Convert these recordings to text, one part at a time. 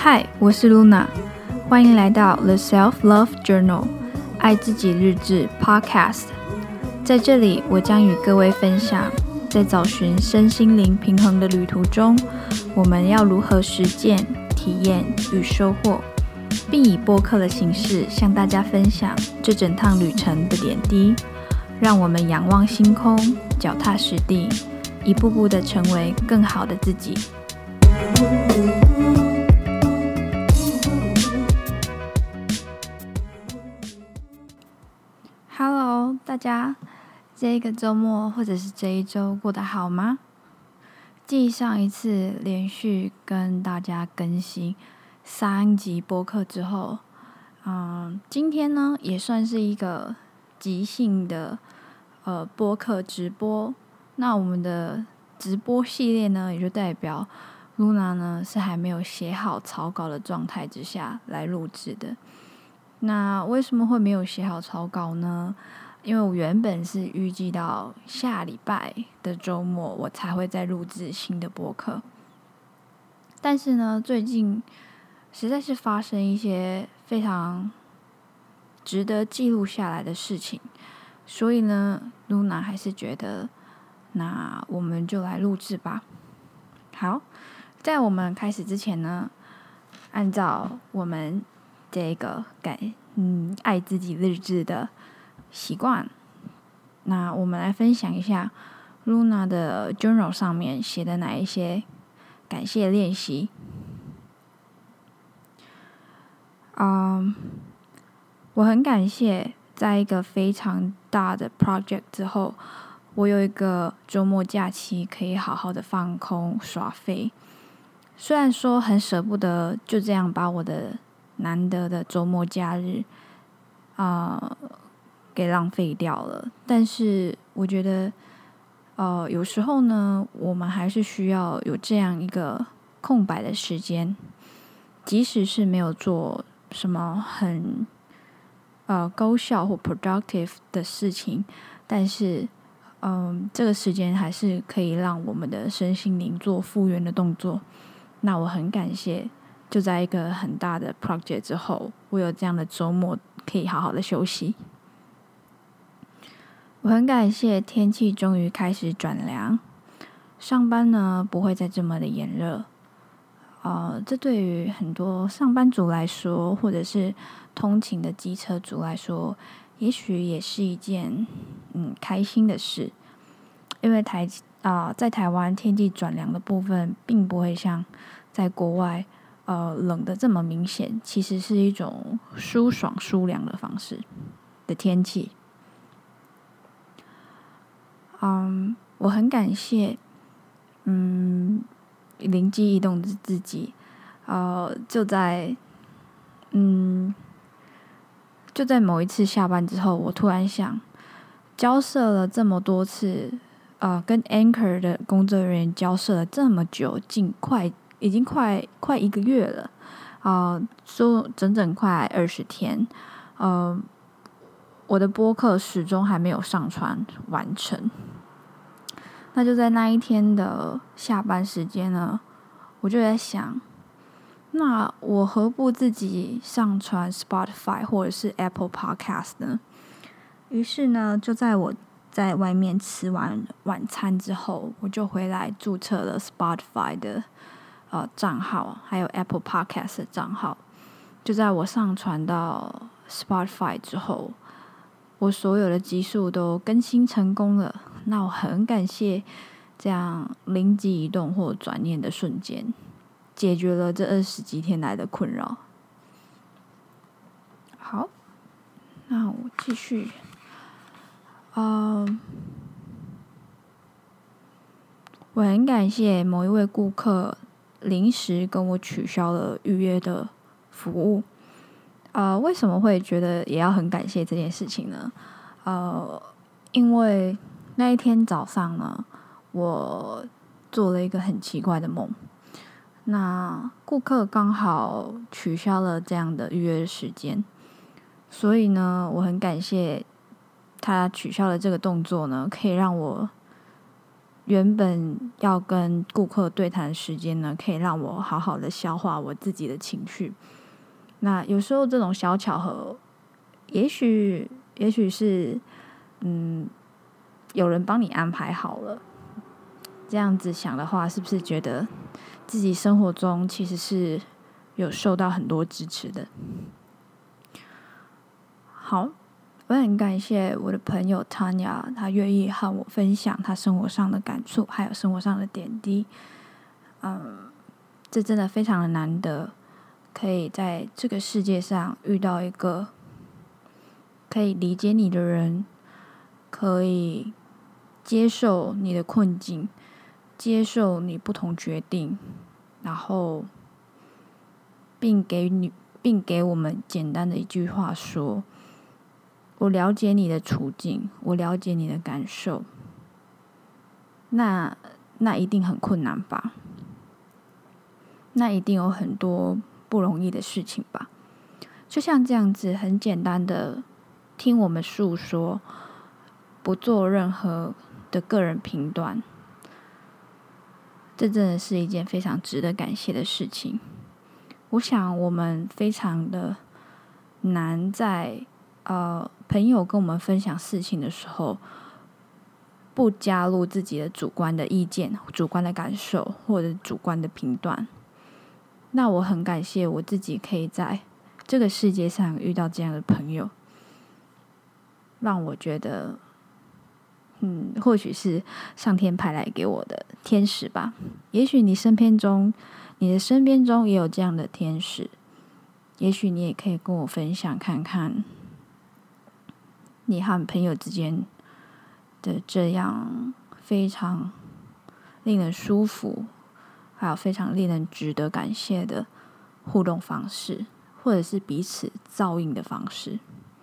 嗨，我是 Luna， 欢迎来到 The Self Love Journal 爱自己日志 Podcast。 在这里，我将与各位分享，在找寻身心灵平衡的旅途中，我们要如何实践、体验与收获，并以播客的形式向大家分享这整趟旅程的点滴，让我们仰望星空，脚踏实地，一步步地成为更好的自己。Hello， 大家这个周末或者是这一周过得好吗？继上一次连续跟大家更新3集播客之后，今天呢也算是一个即兴的播客直播。那我们的直播系列呢，也就代表 Luna 呢是还没有写好草稿的状态之下来录制的。那为什么会没有写好草稿呢？因为我原本是预计到下礼拜的周末我才会再录制新的播客，但是呢最近实在是发生一些非常值得记录下来的事情，所以呢 Luna 还是觉得那我们就来录制吧。好，在我们开始之前呢，按照我们这个爱自己日志的习惯，那我们来分享一下 Luna 的 journal 上面写的哪一些感谢练习。我很感谢在一个非常大的 project 之后，我有一个周末假期可以好好的放空耍废。虽然说很舍不得就这样把我的难得的周末假日给浪费掉了，但是我觉得有时候呢我们还是需要有这样一个空白的时间，即使是没有做什么很高效或 productive 的事情，但是这个时间还是可以让我们的身心灵做复原的动作。那我很感谢就在一个很大的 project 之后，我有这样的周末可以好好的休息。我很感谢天气终于开始转凉，上班呢不会再这么的炎热。这对于很多上班族来说，或者是通勤的机车族来说，也许也是一件开心的事。因为在台湾天气转凉的部分并不会像在国外冷的这么明显，其实是一种舒爽舒凉的方式的天气。我很感谢灵机一动的自己，就在某一次下班之后，我突然想，交涉了这么多次跟 Anchor 的工作人员交涉了这么久，已经快1个月了，说整整快20天，我的播客始终还没有上传完成。那就在那一天的下班时间呢，我就在想，那我何不自己上传 Spotify 或者是 Apple Podcast 呢？于是呢，就在我在外面吃完晚餐之后，我就回来注册了 Spotify 的账号，还有 Apple Podcast 的账号。就在我上传到 Spotify 之后，我所有的集数都更新成功了。那我很感谢这样灵机一动或转念的瞬间，解决了这20几天来的困扰。好，那我继续。我很感谢某一位顾客临时跟我取消了预约的服务。为什么会觉得也要很感谢这件事情呢？因为那一天早上呢，我做了一个很奇怪的梦。那顾客刚好取消了这样的预约时间，所以呢，我很感谢他取消了这个动作呢，可以让我原本要跟顾客对谈的时间呢，可以让我好好的消化我自己的情绪。那有时候这种小巧合，也许是有人帮你安排好了。这样子想的话，是不是觉得自己生活中其实是有受到很多支持的？好，我很感谢我的朋友 Tanya， 她愿意和我分享她生活上的感触，还有生活上的点滴。这真的非常的难得，可以在这个世界上遇到一个可以理解你的人，可以接受你的困境，接受你不同决定，然后并给我们简单的一句话说：我了解你的处境，我了解你的感受。那一定很困难吧？那一定有很多不容易的事情吧？就像这样子，很简单的听我们诉说，不做任何的个人评断，这真的是一件非常值得感谢的事情。我想我们非常的难在朋友跟我们分享事情的时候，不加入自己的主观的意见、主观的感受或者主观的评断。那我很感谢我自己可以在这个世界上遇到这样的朋友，让我觉得或许是上天派来给我的天使吧。也许你的身边中也有这样的天使，也许你也可以跟我分享看看你和朋友之间的这样非常令人舒服，还有非常令人值得感谢的互动方式，或者是彼此照应的方式。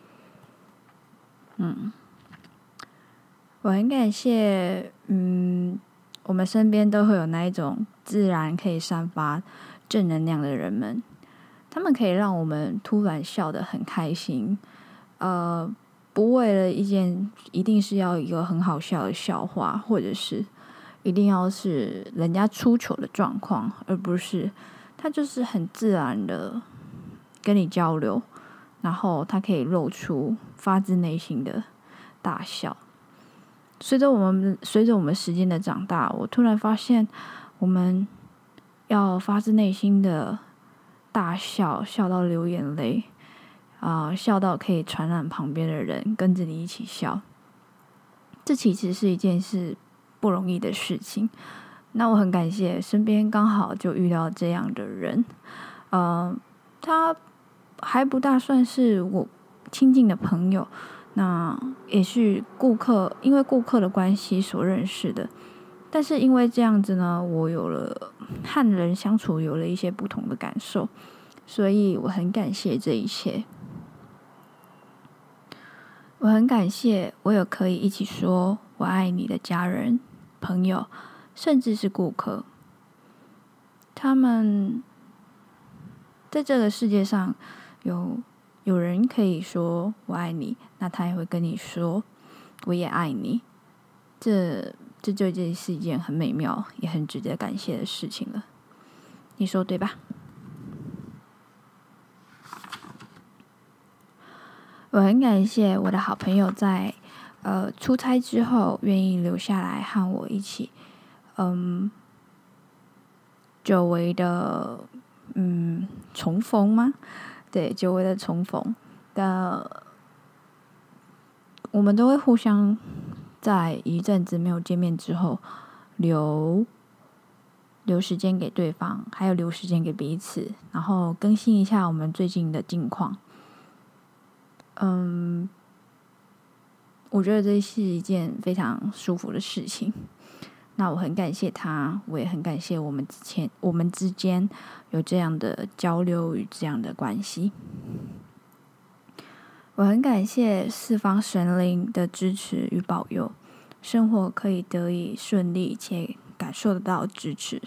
我很感谢我们身边都会有那一种自然可以散发正能量的人们，他们可以让我们突然笑得很开心，不为了一定是要一个很好笑的笑话，或者是一定要是人家出糗的状况，而不是他就是很自然的跟你交流，然后他可以露出发自内心的大笑。随着我们时间的长大，我突然发现，我们要发自内心的大笑，笑到流眼泪，笑到可以传染旁边的人跟着你一起笑。这其实是一件事不容易的事情。那我很感谢身边刚好就遇到这样的人，他还不大算是我亲近的朋友。那也是因为顾客的关系所认识的，但是因为这样子呢，我有了和人相处有了一些不同的感受，所以我很感谢这一切。我很感谢我有可以一起说我爱你的家人、朋友，甚至是顾客。他们在这个世界上有人可以说我爱你，那他也会跟你说我也爱你。这就是一件很美妙也很值得感谢的事情了，你说对吧？我很感谢我的好朋友在出差之后愿意留下来和我一起久违的重逢吗？对，久违的重逢的，我们都会互相在一阵子没有见面之后留时间给对方，还有留时间给彼此，然后更新一下我们最近的近况。我觉得这是一件非常舒服的事情。那我很感谢他，我也很感谢我们之间有这样的交流与这样的关系。我很感谢四方神灵的支持与保佑，生活可以得以顺利且感受得到支持。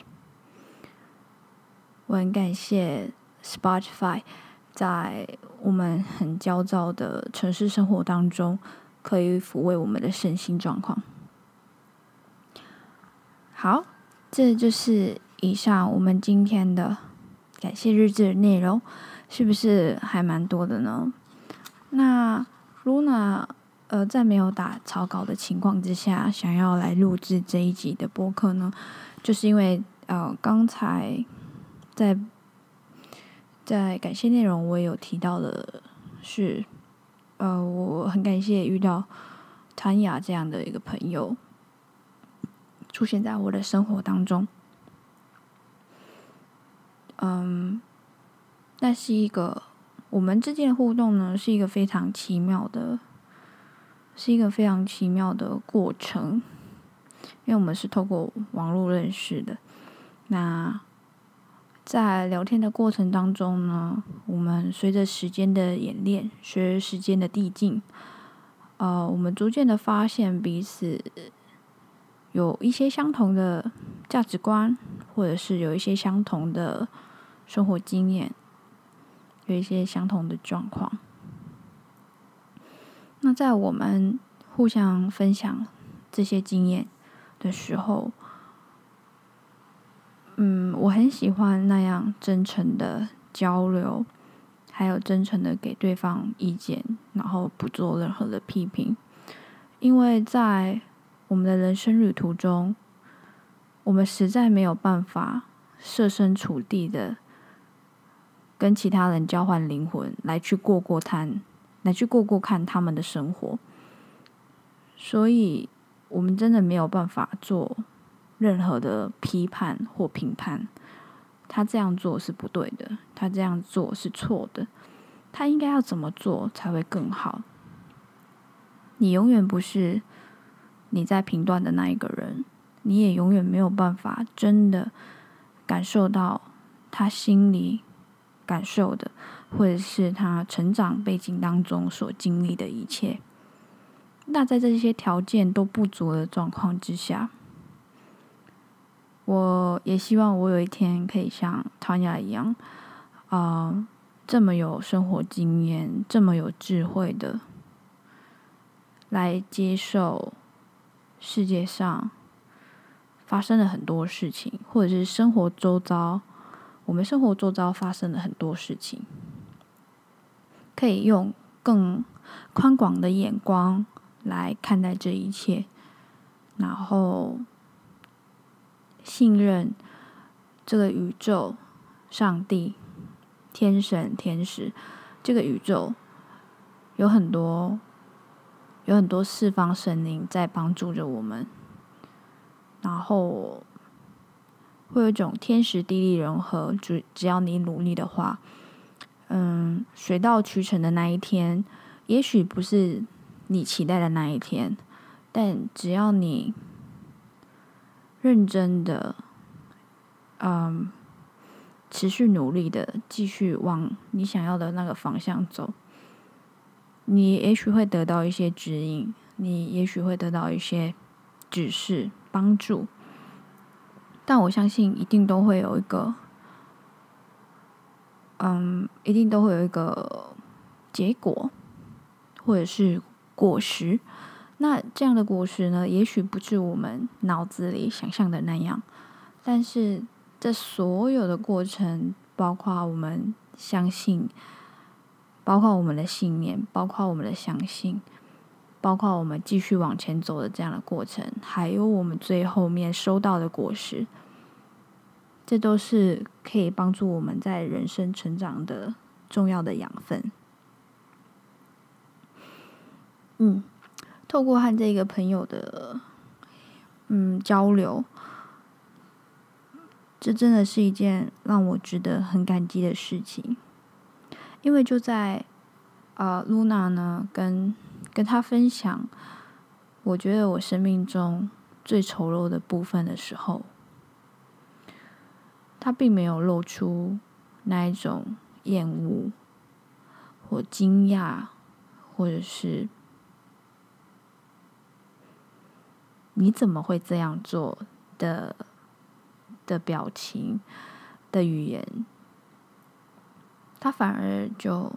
我很感谢 Spotify 在我们很焦躁的城市生活当中，可以抚慰我们的身心状况。 好，这就是以上我们今天的感谢日志的内容，是不是还蛮多的呢？那 Luna 在没有打草稿的情况之下，想要来录制这一集的播客呢，就是因为刚才在感谢内容我也有提到的是，我很感谢遇到谭雅这样的一个朋友出现在我的生活当中。那是一个我们之间的互动呢，是一个非常奇妙的过程，因为我们是透过网络认识的。那在聊天的过程当中呢，我们随着时间的演练，随着时间的递进，我们逐渐的发现彼此有一些相同的价值观，或者是有一些相同的生活经验，有一些相同的状况。那在我们互相分享这些经验的时候，我很喜欢那样真诚的交流，还有真诚的给对方意见，然后不做任何的批评。因为在我们的人生旅途中，我们实在没有办法设身处地的跟其他人交换灵魂，来去过看他们的生活，所以我们真的没有办法做任何的批判或评判。他这样做是不对的，他这样做是错的，他应该要怎么做才会更好？你永远不是你在评断的那一个人，你也永远没有办法真的感受到他心里感受的，或者是他成长背景当中所经历的一切。那在这些条件都不足的状况之下，我也希望我有一天可以像Tanya一样，这么有生活经验，这么有智慧的来接受世界上发生了很多事情，或者是我们生活周遭发生了很多事情，可以用更宽广的眼光来看待这一切，然后信任这个宇宙、上帝、天神、天使，这个宇宙有很多四方神灵在帮助着我们，然后会有一种天时地利人和，只要你努力的话，水到渠成的那一天，也许不是你期待的那一天，但只要你认真的，持续努力的继续往你想要的那个方向走，你也许会得到一些指引，你也许会得到一些指示帮助，但我相信一定都会有一个结果，或者是果实。那这样的果实呢，也许不是我们脑子里想象的那样，但是这所有的过程，包括我们相信，包括我们的信念，包括我们的相信，包括我们继续往前走的这样的过程，还有我们最后面收到的果实，这都是可以帮助我们在人生成长的重要的养分。透过和这个朋友的交流，这真的是一件让我觉得很感激的事情。因为就在Luna 呢跟他分享我觉得我生命中最丑陋的部分的时候，他并没有露出那一种厌恶或惊讶，或者是你怎么会这样做的表情的语言，他反而就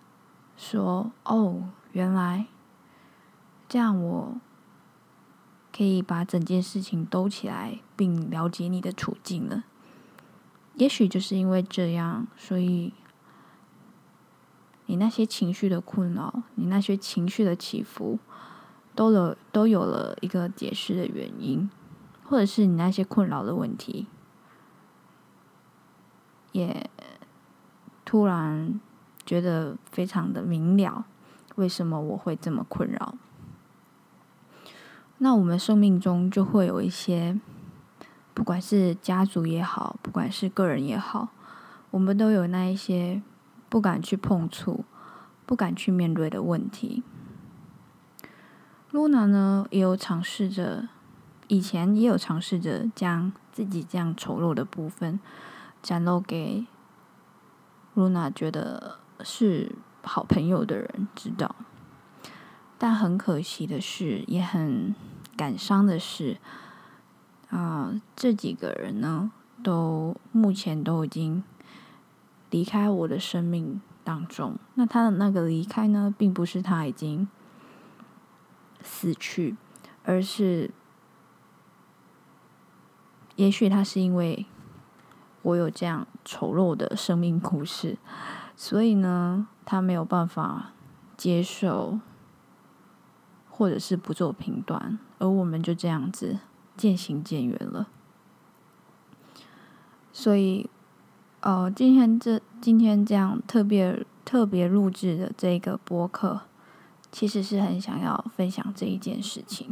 说：“哦，原来这样我可以把整件事情兜起来，并了解你的处境了。也许就是因为这样，所以你那些情绪的困扰，你那些情绪的起伏，都有了一个解释的原因，或者是你那些困扰的问题，也突然觉得非常的明了，为什么我会这么困扰。那我们生命中就会有一些，不管是家族也好，不管是个人也好，我们都有那一些不敢去碰触、不敢去面对的问题。Luna 呢，以前也有尝试着将自己这样丑陋的部分展露给 Luna 觉得是好朋友的人知道。但很可惜的是，也很感伤的是，这几个人呢，目前都已经离开我的生命当中。那他的那个离开呢，并不是他已经死去，而是也许他是因为我有这样丑陋的生命故事，所以呢，他没有办法接受，或者是不做评断，而我们就这样子渐行渐远了。所以，今天这样特别录制的这个播客，其实是很想要分享这一件事情。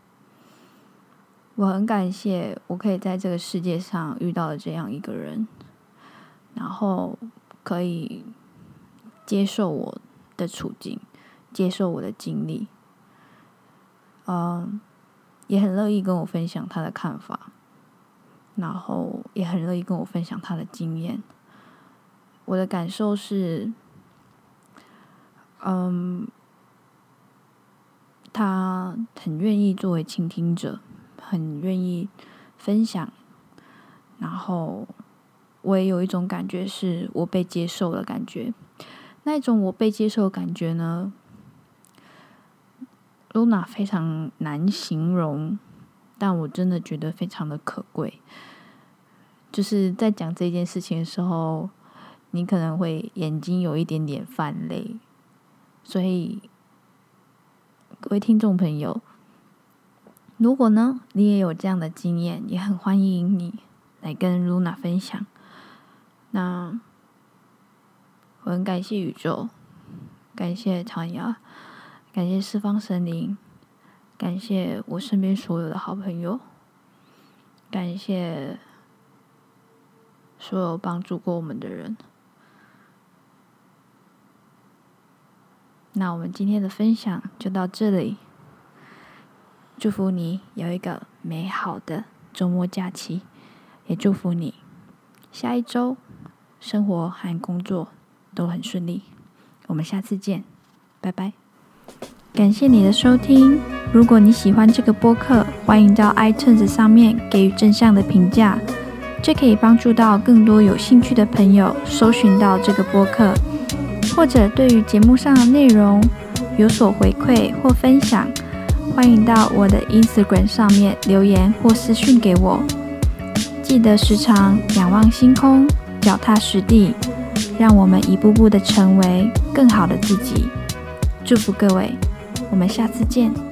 我很感谢我可以在这个世界上遇到了这样一个人，然后可以接受我的处境，接受我的经历。也很乐意跟我分享他的看法，然后也很乐意跟我分享他的经验。我的感受是，他很愿意作为倾听者，很愿意分享，然后我也有一种感觉是我被接受的感觉。那一种我被接受的感觉呢，Luna 非常难形容，但我真的觉得非常的可贵。就是在讲这件事情的时候，你可能会眼睛有一点点泛泪，所以各位听众朋友，如果呢你也有这样的经验，也很欢迎你来跟 Luna 分享。那我很感谢宇宙，感谢唐雅，感谢四方神灵，感谢我身边所有的好朋友，感谢所有帮助过我们的人。那我们今天的分享就到这里，祝福你有一个美好的周末假期，也祝福你下一周生活和工作都很顺利。我们下次见，拜拜。感谢你的收听，如果你喜欢这个播客，欢迎到 iTunes 上面给予正向的评价，这可以帮助到更多有兴趣的朋友搜寻到这个播客，或者对于节目上的内容有所回馈或分享，欢迎到我的 Instagram 上面留言或私讯给我。记得时常仰望星空，脚踏实地，让我们一步步的成为更好的自己。祝福各位，我们下次见。